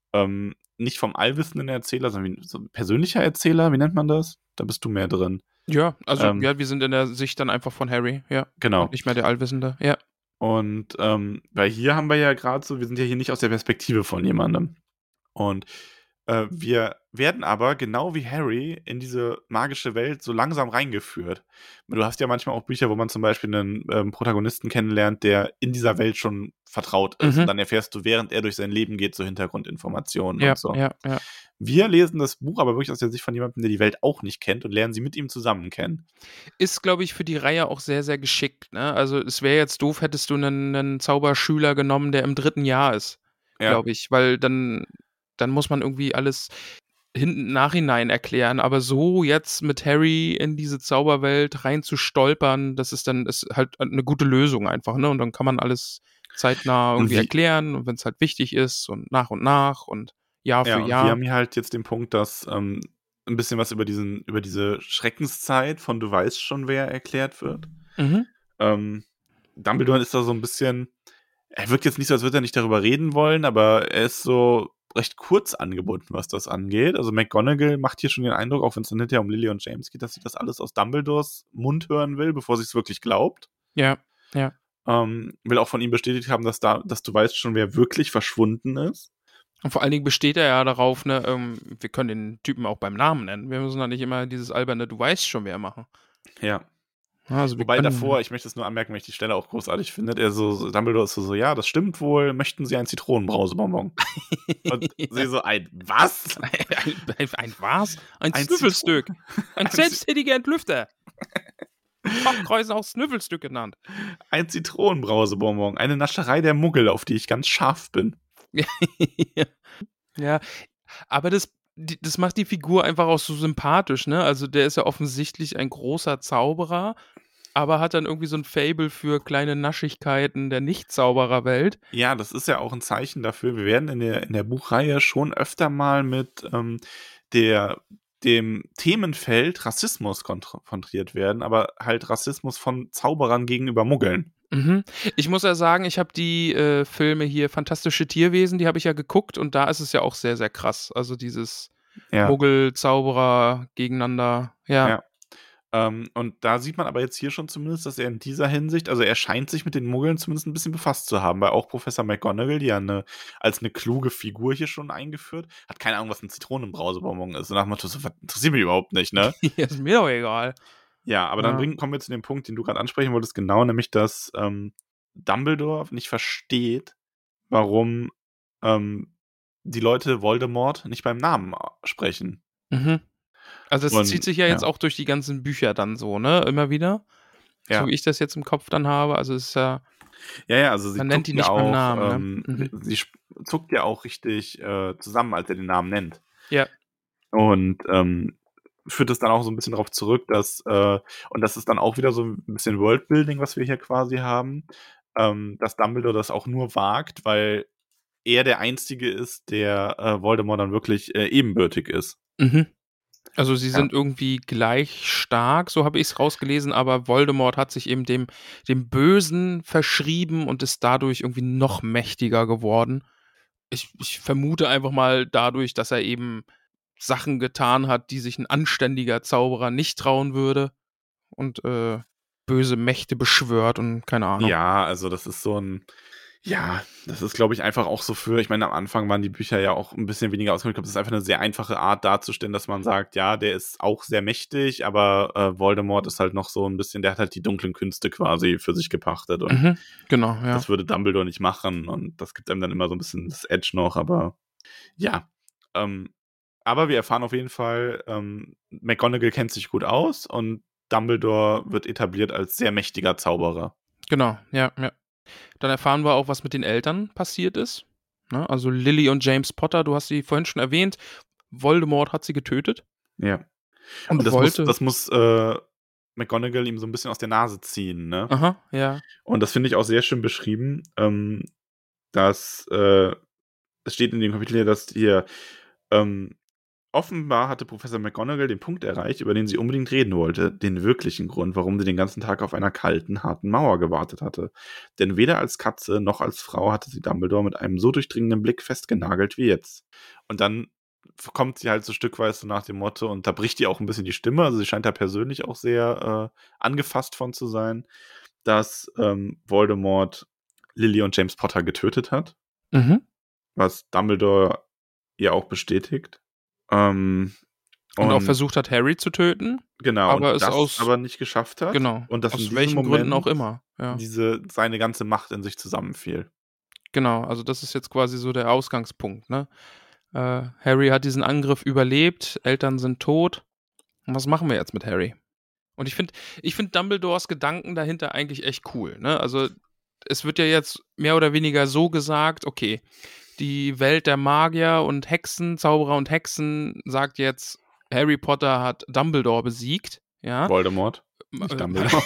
nicht vom allwissenden Erzähler, sondern so ein persönlicher Erzähler, wie nennt man das? Da bist du mehr drin. ja, also ja, wir sind in der Sicht dann einfach von Harry, ja. Genau. Und nicht mehr der Allwissende, ja. Und weil hier haben wir ja gerade so, wir sind ja hier nicht aus der Perspektive von jemandem. Und wir werden aber, genau wie Harry, in diese magische Welt so langsam reingeführt. Du hast ja manchmal auch Bücher, wo man zum Beispiel einen Protagonisten kennenlernt, der in dieser Welt schon vertraut ist. Mhm. Und dann erfährst du, während er durch sein Leben geht, so Hintergrundinformationen Ja, und so. ja, ja. Wir lesen das Buch aber wirklich aus der Sicht von jemandem, der die Welt auch nicht kennt und lernen sie mit ihm zusammen kennen. Ist, glaube ich, für die Reihe auch sehr, sehr geschickt, ne? Also es wäre jetzt doof, hättest du einen Zauberschüler genommen, der im 3. Jahr ist, Ja. glaube ich, weil dann muss man irgendwie alles nachhinein erklären, aber so jetzt mit Harry in diese Zauberwelt rein zu stolpern, das ist halt eine gute Lösung einfach, ne? Und dann kann man alles zeitnah irgendwie erklären und wenn es halt wichtig ist und nach und Jahr für und Jahr. wir haben hier halt jetzt den Punkt, dass ein bisschen was über diese Schreckenszeit von du weißt schon wer erklärt wird. Mhm. Dumbledore ist da so ein bisschen, er wirkt jetzt nicht so, als würde er nicht darüber reden wollen, aber er ist so recht kurz angebunden, was das angeht. Also McGonagall macht hier schon den Eindruck, auch wenn es dann hinterher um Lily und James geht, dass sie das alles aus Dumbledores Mund hören will, bevor sie es wirklich glaubt. Ja, ja. will auch von ihm bestätigt haben, dass du weißt schon, wer wirklich verschwunden ist. Und vor allen Dingen besteht er ja darauf, ne, wir können den Typen auch beim Namen nennen. Wir müssen da nicht immer dieses alberne "Du weißt schon, wer" machen. Ja. Also Wobei davor, ich möchte es nur anmerken, weil ich die Stelle auch großartig finde, Dumbledore ist so, ja, das stimmt wohl, möchten Sie ein Zitronenbrausebonbon? Und sie so, ein was? ein was? Ein Snüffelstück. Ein selbsttätiger Entlüfter. Fachkreisen auch Snüffelstück genannt. Ein Zitronenbrausebonbon, eine Nascherei der Muggel, auf die ich ganz scharf bin. Ja, aber das macht die Figur einfach auch so sympathisch, ne? Also der ist ja offensichtlich ein großer Zauberer, aber hat dann irgendwie so ein Faible für kleine Naschigkeiten der Nicht-Zaubererwelt. Ja, das ist ja auch ein Zeichen dafür. Wir werden in der Buchreihe schon öfter mal mit dem Themenfeld Rassismus konfrontiert werden, aber halt Rassismus von Zauberern gegenüber Muggeln. Mhm. Ich muss ja sagen, ich habe die Filme hier Fantastische Tierwesen, die habe ich ja geguckt und da ist es ja auch sehr, sehr krass. Also dieses Muggel-Zauberer gegeneinander, ja. Und da sieht man aber jetzt hier schon zumindest, dass er in dieser Hinsicht, also er scheint sich mit den Muggeln zumindest ein bisschen befasst zu haben, weil auch Professor McGonagall, die ja als eine kluge Figur hier schon eingeführt, hat keine Ahnung, was ein Zitronenbrausebonbon ist. Und nach dem Motto, so, interessiert mich überhaupt nicht, ne? Ist mir doch egal. Ja, aber dann kommen wir zu dem Punkt, den du gerade ansprechen wolltest, genau, nämlich, dass Dumbledore nicht versteht, warum die Leute Voldemort nicht beim Namen sprechen. Mhm. Also es zieht sich ja jetzt auch durch die ganzen Bücher dann so, ne? Immer wieder. Ja. So wie ich das jetzt im Kopf dann habe. Also es ist ja. Ja, also sie man nennt die nicht beim Namen. Ne? Sie zuckt ja auch richtig zusammen, als er den Namen nennt. Ja. Und führt es dann auch so ein bisschen darauf zurück, dass, und das ist dann auch wieder so ein bisschen Worldbuilding, was wir hier quasi haben, dass Dumbledore das auch nur wagt, weil er der Einzige ist, der Voldemort dann wirklich ebenbürtig ist. Mhm. Also sie sind irgendwie gleich stark, so habe ich es rausgelesen, aber Voldemort hat sich eben dem Bösen verschrieben und ist dadurch irgendwie noch mächtiger geworden. Ich vermute einfach mal dadurch, dass er eben Sachen getan hat, die sich ein anständiger Zauberer nicht trauen würde und böse Mächte beschwört und keine Ahnung. Ja, also das ist das ist, glaube ich, einfach auch so ich meine, am Anfang waren die Bücher ja auch ein bisschen weniger ausgegangen. Ich glaube, das ist einfach eine sehr einfache Art darzustellen, dass man sagt, ja, der ist auch sehr mächtig, aber Voldemort ist halt noch so ein bisschen, der hat halt die dunklen Künste quasi für sich gepachtet und genau, ja. Das würde Dumbledore nicht machen und das gibt einem dann immer so ein bisschen das Edge noch, aber ja, aber wir erfahren auf jeden Fall, McGonagall kennt sich gut aus und Dumbledore wird etabliert als sehr mächtiger Zauberer. Genau, ja. Dann erfahren wir auch, was mit den Eltern passiert ist. Ne? Also Lily und James Potter, du hast sie vorhin schon erwähnt. Voldemort hat sie getötet. Ja. Und das muss McGonagall ihm so ein bisschen aus der Nase ziehen, ne? Aha, ja. Und das finde ich auch sehr schön beschrieben, dass es steht in dem Kapitel hier, dass hier offenbar hatte Professor McGonagall den Punkt erreicht, über den sie unbedingt reden wollte, den wirklichen Grund, warum sie den ganzen Tag auf einer kalten, harten Mauer gewartet hatte. Denn weder als Katze noch als Frau hatte sie Dumbledore mit einem so durchdringenden Blick festgenagelt wie jetzt. Und dann kommt sie halt so stückweise nach dem Motto, und da bricht ihr auch ein bisschen die Stimme, also sie scheint da persönlich auch sehr angefasst von zu sein, dass Voldemort Lily und James Potter getötet hat. Was Dumbledore ihr auch bestätigt. Und auch versucht hat, Harry zu töten. Genau, aber und das aber nicht geschafft hat. Genau, und das aus welchen Gründen auch immer. Ja. Seine ganze Macht in sich zusammenfiel. Genau, also das ist jetzt quasi so der Ausgangspunkt, ne? Harry hat diesen Angriff überlebt, Eltern sind tot. Und was machen wir jetzt mit Harry? Und ich find Dumbledores Gedanken dahinter eigentlich echt cool, ne? Also es wird ja jetzt mehr oder weniger so gesagt, okay, die Welt der Magier und Hexen, Zauberer und Hexen sagt jetzt, Harry Potter hat Dumbledore besiegt. Ja? Voldemort. Nicht Dumbledore.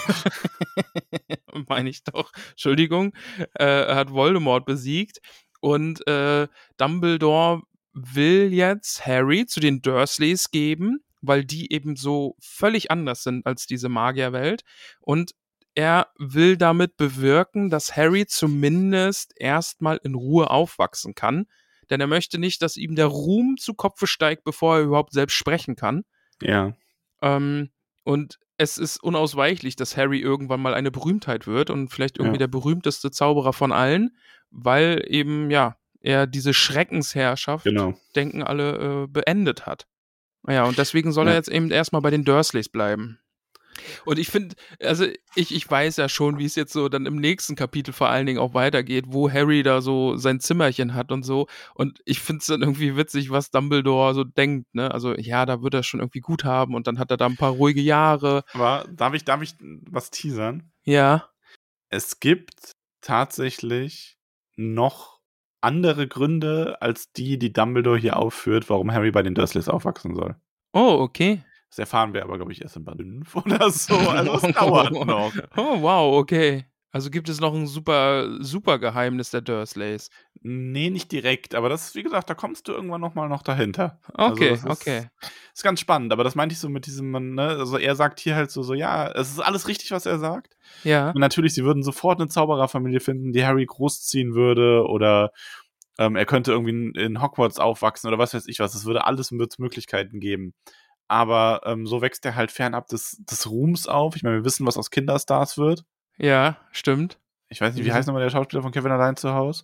Meine ich doch. Entschuldigung. Er hat Voldemort besiegt. Und Dumbledore will jetzt Harry zu den Dursleys geben, weil die eben so völlig anders sind als diese Magierwelt. Und er will damit bewirken, dass Harry zumindest erstmal in Ruhe aufwachsen kann. Denn er möchte nicht, dass ihm der Ruhm zu Kopfe steigt, bevor er überhaupt selbst sprechen kann. Ja. Und es ist unausweichlich, dass Harry irgendwann mal eine Berühmtheit wird und vielleicht irgendwie Ja. der berühmteste Zauberer von allen, weil eben, ja, er diese Schreckensherrschaft, Genau. denken alle, beendet hat. Ja, und deswegen soll Ja. er jetzt eben erstmal bei den Dursleys bleiben. Und ich finde, also ich weiß ja schon, wie es jetzt so dann im nächsten Kapitel vor allen Dingen auch weitergeht, wo Harry da so sein Zimmerchen hat und so. Und ich finde es dann irgendwie witzig, was Dumbledore so denkt, ne? Also ja, da wird er schon irgendwie gut haben und dann hat er da ein paar ruhige Jahre. Aber darf ich was teasern? Ja. Es gibt tatsächlich noch andere Gründe als die Dumbledore hier aufführt, warum Harry bei den Dursleys aufwachsen soll. Oh, okay. Das erfahren wir aber, glaube ich, erst in Band 5 oder so. Also es dauert noch. Oh, wow, okay. Also gibt es noch ein super Geheimnis der Dursleys. Nee, nicht direkt, aber das ist, wie gesagt, da kommst du irgendwann noch dahinter. Okay, also das okay. Ist ganz spannend, aber das meinte ich so mit diesem, ne, also er sagt hier halt so, ja, es ist alles richtig, was er sagt. Ja. Und natürlich, sie würden sofort eine Zaubererfamilie finden, die Harry großziehen würde oder er könnte irgendwie in Hogwarts aufwachsen oder was weiß ich was. Es würde alles Möglichkeiten geben. Aber so wächst er halt fernab des Ruhms auf. Ich meine, wir wissen, was aus Kinderstars wird. Ja, stimmt. Ich weiß nicht, wie heißt nochmal der Schauspieler von Kevin allein zu Hause?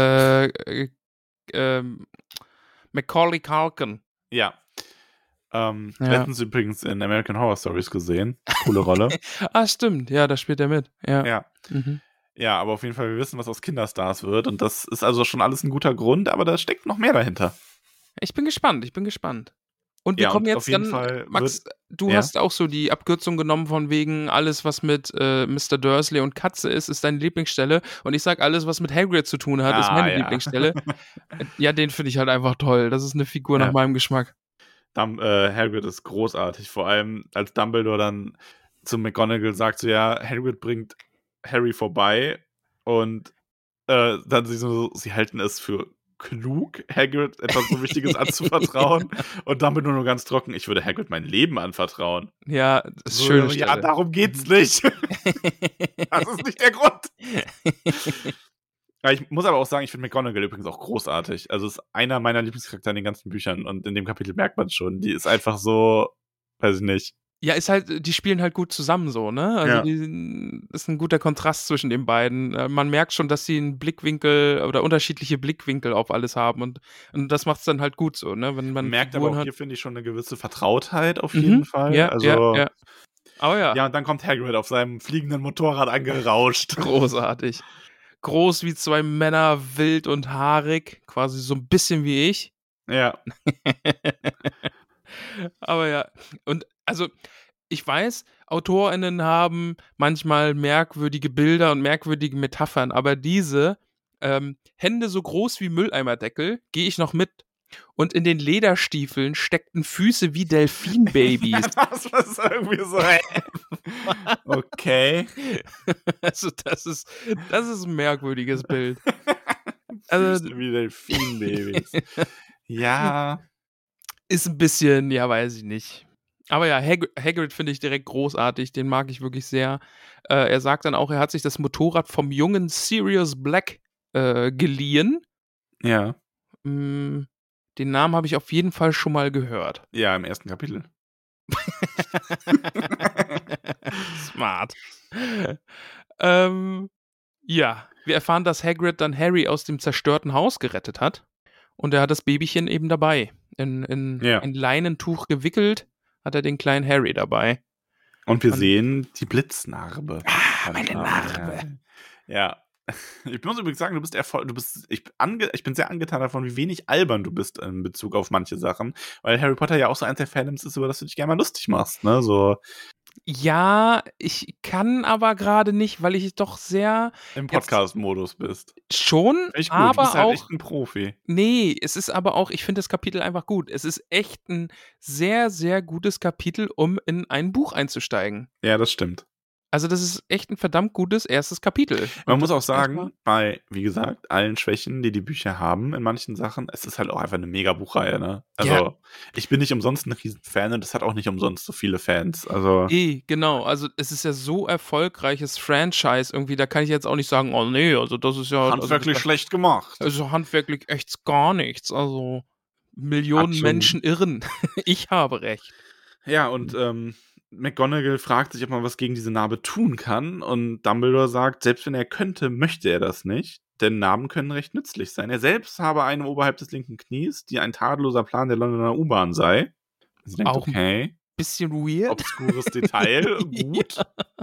Macaulay Culkin. Ja. Letztens übrigens in American Horror Stories gesehen. Coole Rolle. Stimmt. Ja, da spielt er mit. Ja. Ja. Mhm. Ja, aber auf jeden Fall, wir wissen, was aus Kinderstars wird. Und das ist also schon alles ein guter Grund, aber da steckt noch mehr dahinter. Ich bin gespannt. Und wir kommen und jetzt auf jeden dann, Fall Max, du ja. hast auch so die Abkürzung genommen von wegen alles, was mit Mr. Dursley und Katze ist deine Lieblingsstelle. Und ich sag, alles, was mit Hagrid zu tun hat, ist meine Lieblingsstelle. Ja, den finde ich halt einfach toll. Das ist eine Figur nach meinem Geschmack. Hagrid ist großartig. Vor allem, als Dumbledore dann zu McGonagall sagt, so ja, Hagrid bringt Harry vorbei und dann sie halten es für klug, Hagrid etwas so Wichtiges anzuvertrauen und Dumbledore nur ganz trocken, ich würde Hagrid mein Leben anvertrauen. Ja, das ist so, schön. Ja, darum geht's nicht. Das ist nicht der Grund. Ja, ich muss aber auch sagen, ich finde McGonagall übrigens auch großartig. Also ist einer meiner Lieblingscharaktere in den ganzen Büchern und in dem Kapitel merkt man schon, die ist einfach so, weiß ich nicht. Ja, ist halt, die spielen halt gut zusammen so, ne? Also ist ein guter Kontrast zwischen den beiden. Man merkt schon, dass sie einen Blickwinkel oder unterschiedliche Blickwinkel auf alles haben und das macht es dann halt gut so, ne? Wenn man merkt Figuren aber auch hier, finde ich, schon eine gewisse Vertrautheit auf jeden Fall. Ja, also, ja. Aber ja. Ja, und dann kommt Hagrid auf seinem fliegenden Motorrad angerauscht. Großartig. Groß wie zwei Männer, wild und haarig, quasi so ein bisschen wie ich. Ja. Aber ja, und also ich weiß, AutorInnen haben manchmal merkwürdige Bilder und merkwürdige Metaphern, aber diese Hände so groß wie Mülleimerdeckel gehe ich noch mit. Und in den Lederstiefeln steckten Füße wie Delfinbabys. Das ist irgendwie so. Okay. Also das ist ein merkwürdiges Bild. Also, Füße wie Delfinbabys. Ja. Ist ein bisschen, ja, weiß ich nicht. Aber ja, Hagrid finde ich direkt großartig, den mag ich wirklich sehr. Er sagt dann auch, er hat sich das Motorrad vom jungen Sirius Black geliehen. Ja. Den Namen habe ich auf jeden Fall schon mal gehört. Ja, im ersten Kapitel. Smart. Ja, wir erfahren, dass Hagrid dann Harry aus dem zerstörten Haus gerettet hat. Und er hat das Babychen eben dabei. In ein Leinentuch gewickelt hat er den kleinen Harry dabei. Und wir sehen die Blitznarbe. Meine Narbe. Ja. Ich muss übrigens sagen, ich bin sehr angetan davon, wie wenig albern du bist in Bezug auf manche Sachen, weil Harry Potter ja auch so eins der Fandoms ist, über das du dich gerne mal lustig machst, ne, so. Ja, ich kann aber gerade nicht, weil ich doch sehr im Podcast-Modus bist. Schon, echt gut. aber du bist halt auch echt ein Profi. Nee, es ist aber auch, ich finde das Kapitel einfach gut. Es ist echt ein sehr, sehr gutes Kapitel, um in ein Buch einzusteigen. Ja, das stimmt. Also das ist echt ein verdammt gutes erstes Kapitel. Man muss auch sagen, bei, wie gesagt, allen Schwächen, die Bücher haben in manchen Sachen, es ist halt auch einfach eine mega Buchreihe, ne? Also, ich bin nicht umsonst ein Riesenfan und es hat auch nicht umsonst so viele Fans, also. Genau, also es ist ja so erfolgreiches Franchise irgendwie, da kann ich jetzt auch nicht sagen, oh nee, also das ist ja. Handwerklich schlecht gemacht. Also handwerklich echt gar nichts, also Millionen Menschen irren. Ich habe recht. Ja, und McGonagall fragt sich, ob man was gegen diese Narbe tun kann und Dumbledore sagt, selbst wenn er könnte, möchte er das nicht, denn Narben können recht nützlich sein. Er selbst habe eine oberhalb des linken Knies, die ein tadelloser Plan der Londoner U-Bahn sei. Sie denkt, Auch okay, bisschen weird. obskures Detail, gut.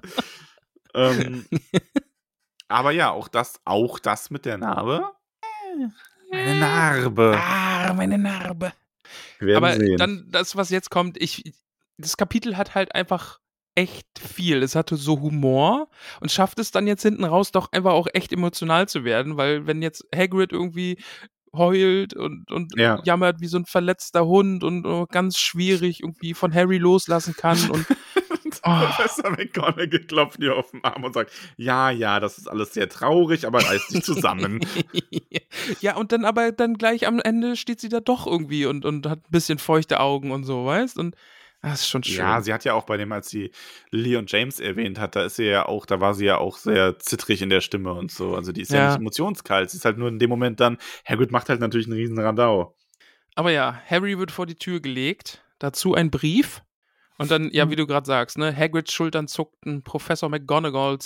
Aber ja, auch das mit der Narbe. Eine Narbe. Meine Narbe. Wir werden Aber sehen. dann das, was jetzt kommt, das Kapitel hat halt einfach echt viel. Es hatte so Humor und schafft es dann jetzt hinten raus doch einfach auch echt emotional zu werden, weil wenn jetzt Hagrid irgendwie heult und Ja. jammert wie so ein verletzter Hund und ganz schwierig irgendwie von Harry loslassen kann und Professor McGonagall klopft ihr auf den Arm und sagt, ja, das ist alles sehr traurig, aber reißt dich zusammen. Ja, und dann gleich am Ende steht sie da doch irgendwie und hat ein bisschen feuchte Augen und so, weißt? Und das ist schon schön. Ja, sie hat ja auch bei dem, als sie Lily und James erwähnt hat, da war sie ja auch sehr zittrig in der Stimme und so. Also die ist ja nicht emotionskalt, sie ist halt nur in dem Moment dann, Hagrid macht halt natürlich einen riesen Radau. Aber ja, Harry wird vor die Tür gelegt, dazu ein Brief und dann, ja, wie du gerade sagst, ne, Hagrids Schultern zuckten, Professor McGonagall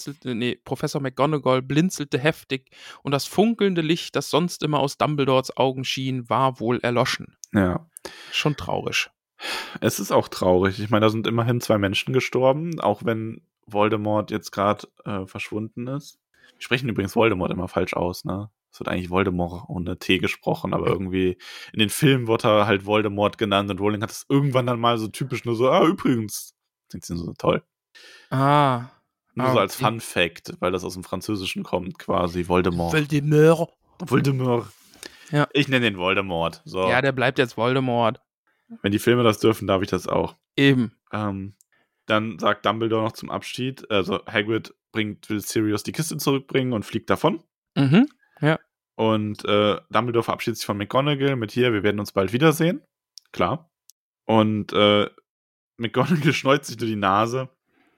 blinzelte heftig und das funkelnde Licht, das sonst immer aus Dumbledores Augen schien, war wohl erloschen. Ja. Schon traurig. Es ist auch traurig. Ich meine, da sind immerhin 2 Menschen gestorben, auch wenn Voldemort jetzt gerade verschwunden ist. Wir sprechen übrigens Voldemort immer falsch aus, ne? Es wird eigentlich Voldemort ohne T gesprochen, aber irgendwie in den Filmen wird er halt Voldemort genannt und Rowling hat es irgendwann dann mal so typisch nur so, übrigens. Klingt so toll. Nur so als Fun Fact, weil das aus dem Französischen kommt, quasi Voldemort. Voldemort. Ja. Ich nenne den Voldemort. So. Ja, der bleibt jetzt Voldemort. Wenn die Filme das dürfen, darf ich das auch. Eben. Dann sagt Dumbledore noch zum Abschied, also Hagrid will Sirius die Kiste zurückbringen und fliegt davon. Mhm, ja. Und Dumbledore verabschiedet sich von McGonagall mit hier, wir werden uns bald wiedersehen. Klar. Und McGonagall schneuzt sich durch die Nase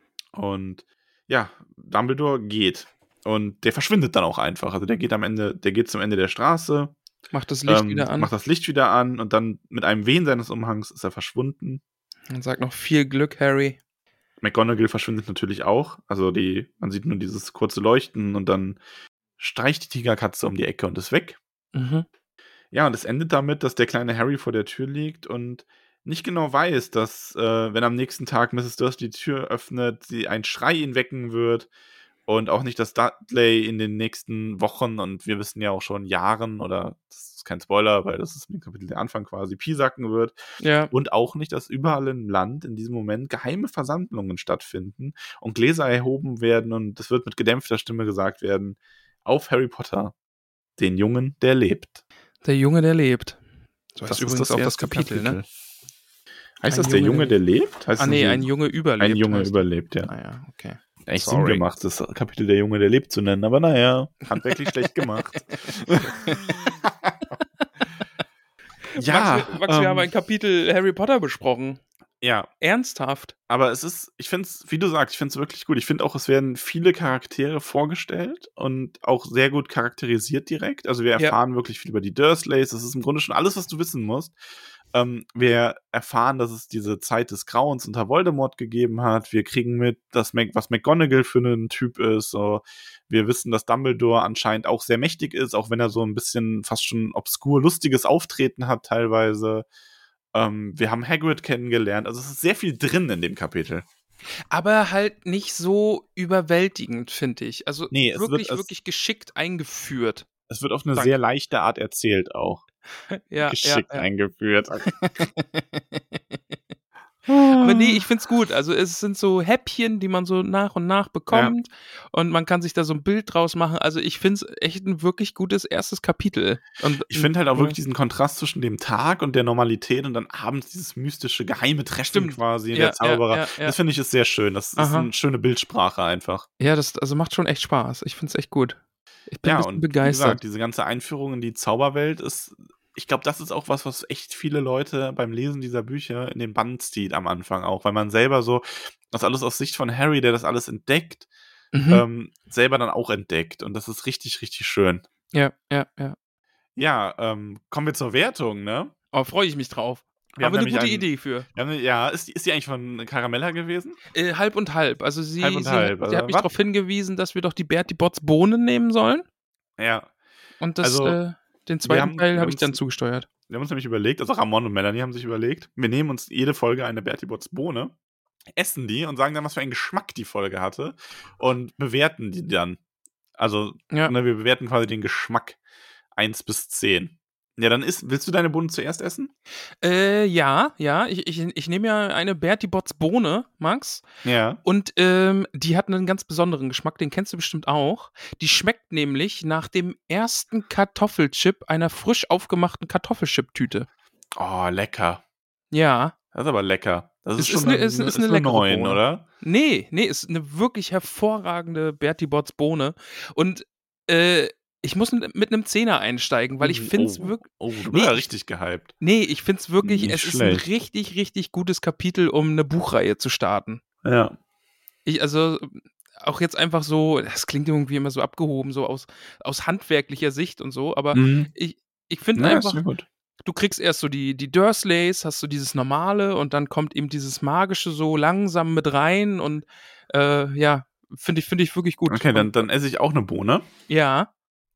und ja, Dumbledore geht. Und der verschwindet dann auch einfach. Also der geht zum Ende der Straße. Macht das Licht wieder an. Macht das Licht wieder an und dann mit einem Wehen seines Umhangs ist er verschwunden. Und sagt noch viel Glück, Harry. McGonagall verschwindet natürlich auch. Also man sieht nur dieses kurze Leuchten und dann streicht die Tigerkatze um die Ecke und ist weg. Mhm. Ja, und es endet damit, dass der kleine Harry vor der Tür liegt und nicht genau weiß, dass, wenn am nächsten Tag Mrs. Dursley die Tür öffnet, sie ein Schrei ihn wecken wird und auch nicht, dass Dudley in den nächsten Wochen und wir wissen ja auch schon Jahren oder das ist kein Spoiler, weil das ist im Kapitel der Anfang quasi piesacken wird. Ja. Und auch nicht, dass überall im Land in diesem Moment geheime Versammlungen stattfinden und Gläser erhoben werden und es wird mit gedämpfter Stimme gesagt werden, auf Harry Potter, den Jungen, der lebt. Der Junge, der lebt. So das ist übrigens auch das Kapitel, ne? Heißt ein das der Junge, der lebt? Heißt ein Junge überlebt. Ein Junge überlebt, ja. Ja, okay. Echt Sinn gemacht, das Kapitel der Junge, der lebt zu nennen, aber naja, handwerklich schlecht gemacht. Ja. Max, wir haben ein Kapitel Harry Potter besprochen. Ja. Ernsthaft. Aber ich finde es, wie du sagst, ich finde es wirklich gut. Ich finde auch, es werden viele Charaktere vorgestellt und auch sehr gut charakterisiert direkt. Also wir erfahren wirklich viel über die Dursleys. Das ist im Grunde schon alles, was du wissen musst. Wir erfahren, dass es diese Zeit des Grauens unter Voldemort gegeben hat. Wir kriegen mit, was McGonagall für ein Typ ist. So. Wir wissen, dass Dumbledore anscheinend auch sehr mächtig ist, auch wenn er so ein bisschen fast schon obskur lustiges Auftreten hat teilweise. Wir haben Hagrid kennengelernt. Also es ist sehr viel drin in dem Kapitel. Aber halt nicht so überwältigend, finde ich. Also nee, wirklich geschickt eingeführt. Es wird auf eine sehr leichte Art erzählt auch. Geschickt eingeführt. Aber nee, ich find's gut. Also es sind so Häppchen, die man so nach und nach bekommt und man kann sich da so ein Bild draus machen. Also ich find's echt ein wirklich gutes erstes Kapitel. Und ich finde halt auch wirklich diesen Kontrast zwischen dem Tag und der Normalität und dann abends dieses mystische, geheime Treffen quasi, der Zauberer. Das finde ich ist sehr schön. Das ist eine schöne Bildsprache einfach. Ja, das macht schon echt Spaß. Ich find's echt gut. Ich bin ein bisschen begeistert. Wie gesagt, diese ganze Einführung in die Zauberwelt ist, ich glaube, das ist auch was echt viele Leute beim Lesen dieser Bücher in den Bann zieht am Anfang auch, weil man selber so, das alles aus Sicht von Harry, der das alles entdeckt, selber dann auch entdeckt und das ist richtig, richtig schön. Ja. Ja, kommen wir zur Wertung, ne? Oh, freue ich mich drauf. Wir haben Aber eine nämlich gute Idee für. Ja, ist die eigentlich von Caramella gewesen? Halb und halb. Also Halb und halb. sie hat Also, mich was? darauf hingewiesen, dass wir doch die Bertie Botts Bohnen nehmen sollen. Ja. Und Also, den wir zweiten Teil wir habe ich dann uns zugesteuert. wir haben uns nämlich überlegt, also Ramon und Melanie haben sich überlegt, wir nehmen uns jede Folge eine Bertie Botts Bohne, essen die und sagen dann, was für einen Geschmack die Folge hatte und bewerten die dann. Also, Ja. ne, wir bewerten quasi den Geschmack 1 bis 10. Ja, dann willst du deine Bohnen zuerst essen? Ja. Ich nehme ja eine Bertie Botts Bohne, Max. Ja. Und die hat einen ganz besonderen Geschmack, den kennst du bestimmt auch. Die schmeckt nämlich nach dem ersten Kartoffelchip einer frisch aufgemachten Kartoffelchip-Tüte. Oh, lecker. Ja. Das ist aber lecker. Das ist Es schon ist eine eine leckere 9, Bohne. oder? Nee, ist eine wirklich hervorragende Bertie Botts Bohne. Und ich muss mit einem Zehner einsteigen, weil ich finde es wirklich. Oh, du bist Nee, ja richtig gehypt. Nee, ich finde es wirklich, Nicht es ist ein schlecht. richtig, richtig gutes Kapitel, um eine Buchreihe zu starten. Ja. Also auch jetzt einfach so, das klingt irgendwie immer so abgehoben, so aus handwerklicher Sicht und so, aber Mhm. ich finde Ja, ist einfach, mir gut. du kriegst erst so die Dursleys, hast so dieses Normale und dann kommt eben dieses Magische so langsam mit rein und ja, finde ich wirklich gut. Okay, Und, dann esse ich auch eine Bohne. ja.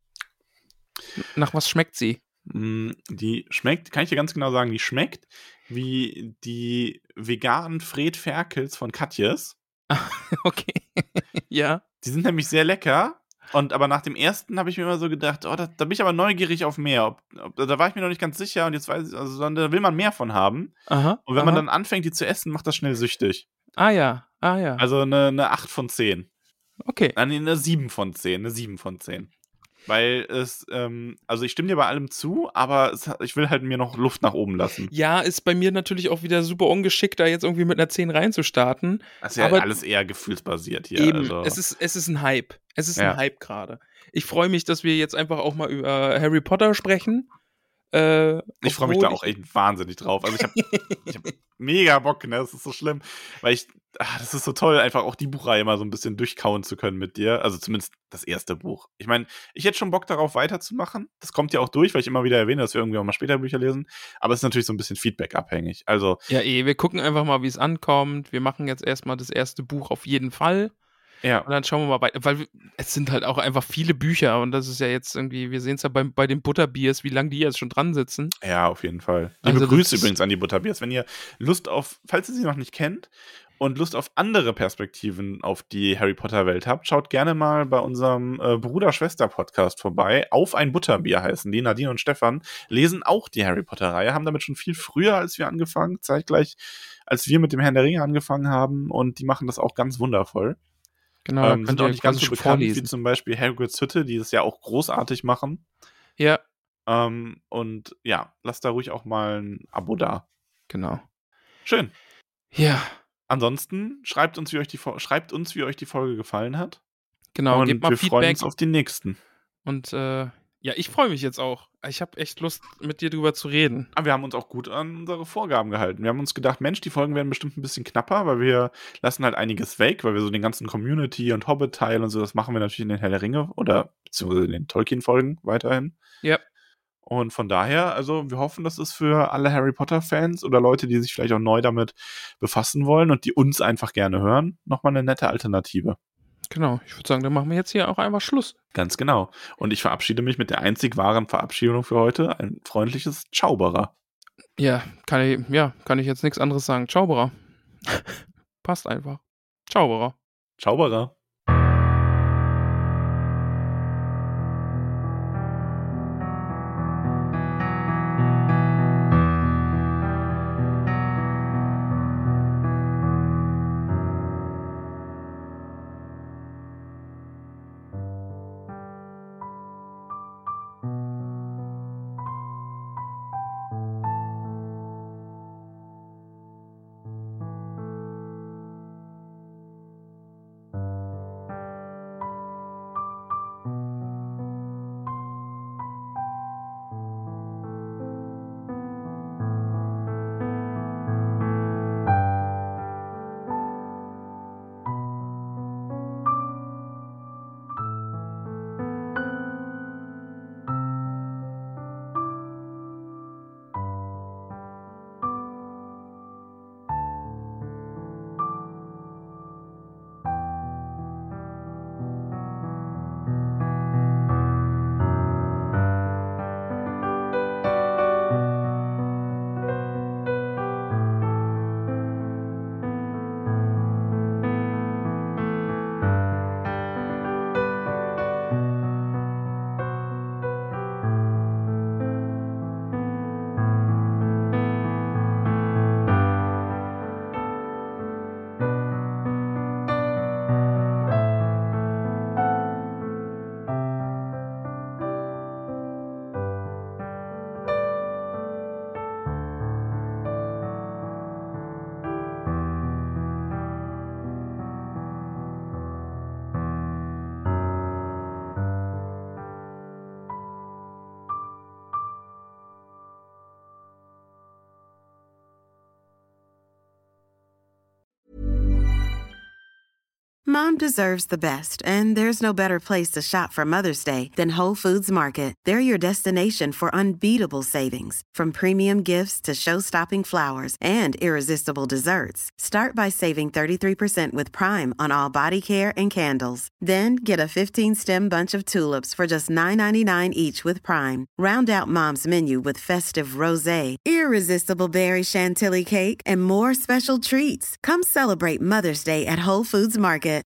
Nach was schmeckt sie? Die schmeckt, kann ich dir ganz genau sagen, die schmeckt wie die veganen Fred Ferkels von Katjes. Okay. Ja. Die sind nämlich sehr lecker. Aber nach dem ersten habe ich mir immer so gedacht, oh, da bin ich aber neugierig auf mehr. Da war ich mir noch nicht ganz sicher und jetzt weiß ich, also da will man mehr von haben. Aha. Und wenn man dann anfängt, die zu essen, macht das schnell süchtig. Ah ja. Also eine 8 von 10. Okay. Nee, eine 7 von 10. Eine 7 von 10. Weil also ich stimme dir bei allem zu, aber ich will halt mir noch Luft nach oben lassen. Ja, ist bei mir natürlich auch wieder super ungeschickt, da jetzt irgendwie mit einer 10 reinzustarten. Das ist ja aber alles eher gefühlsbasiert hier. eben, Also. es ist ein Hype. Es ist Ja. ein Hype gerade. Ich freue mich, dass wir jetzt einfach auch mal über Harry Potter sprechen. Ich freue mich da auch echt wahnsinnig drauf. Also ich hab mega Bock, ne? Das ist so schlimm. Weil das ist so toll, einfach auch die Buchreihe mal so ein bisschen durchkauen zu können mit dir. Also zumindest das erste Buch. Ich meine, ich hätte schon Bock darauf weiterzumachen. Das kommt ja auch durch, weil ich immer wieder erwähne, dass wir irgendwie auch mal später Bücher lesen. Aber es ist natürlich so ein bisschen Feedback-abhängig. Also. Ja, wir gucken einfach mal, wie es ankommt. Wir machen jetzt erstmal das erste Buch auf jeden Fall. Ja. Und dann schauen wir mal weiter, weil es sind halt auch einfach viele Bücher und das ist ja jetzt irgendwie, wir sehen es ja bei den Butterbiers, wie lange die jetzt schon dran sitzen. Ja, auf jeden Fall. Liebe Also Grüße übrigens an die Butterbiers. Wenn ihr Lust auf, falls ihr sie noch nicht kennt und Lust auf andere Perspektiven auf die Harry Potter Welt habt, schaut gerne mal bei unserem Bruder-Schwester-Podcast vorbei. Auf ein Butterbier heißen die. Nadine und Stefan lesen auch die Harry Potter-Reihe, haben damit schon viel früher als wir angefangen, zeitgleich als wir mit dem Herrn der Ringe angefangen haben und die machen das auch ganz wundervoll. Genau, sind auch nicht ganz so bekannt wie zum Beispiel Hagrids Hütte, die das ja auch großartig machen. Ja. Und ja, lasst da ruhig auch mal ein Abo da. Genau. Schön. Ja. Ansonsten schreibt uns, wie euch die Folge gefallen hat. Genau, und gebt mal wir Feedback. freuen uns auf die nächsten. Und ja, ich freue mich jetzt auch. Ich habe echt Lust, mit dir drüber zu reden. Aber wir haben uns auch gut an unsere Vorgaben gehalten. Wir haben uns gedacht, Mensch, die Folgen werden bestimmt ein bisschen knapper, weil wir lassen halt einiges weg, weil wir so den ganzen Community- und Hobbit-Teil und so, das machen wir natürlich in den Herr der Ringe oder beziehungsweise in den Tolkien-Folgen weiterhin. Ja. Und von daher, also wir hoffen, das ist für alle Harry Potter-Fans oder Leute, die sich vielleicht auch neu damit befassen wollen und die uns einfach gerne hören, nochmal eine nette Alternative. Genau, ich würde sagen, dann machen wir jetzt hier auch einfach Schluss. Ganz genau. Und ich verabschiede mich mit der einzig wahren Verabschiedung für heute. Ein freundliches Zauberer. Ja, kann ich jetzt nichts anderes sagen. Zauberer. Passt einfach. Zauberer. Zauberer. Mom deserves the best, and there's no better place to shop for Mother's Day than Whole Foods Market. They're your destination for unbeatable savings, from premium gifts to show-stopping flowers and irresistible desserts. Start by saving 33% with Prime on all body care and candles. Then get a 15-stem bunch of tulips for just $9.99 each with Prime. Round out Mom's menu with festive rosé, irresistible berry chantilly cake, and more special treats. Come celebrate Mother's Day at Whole Foods Market.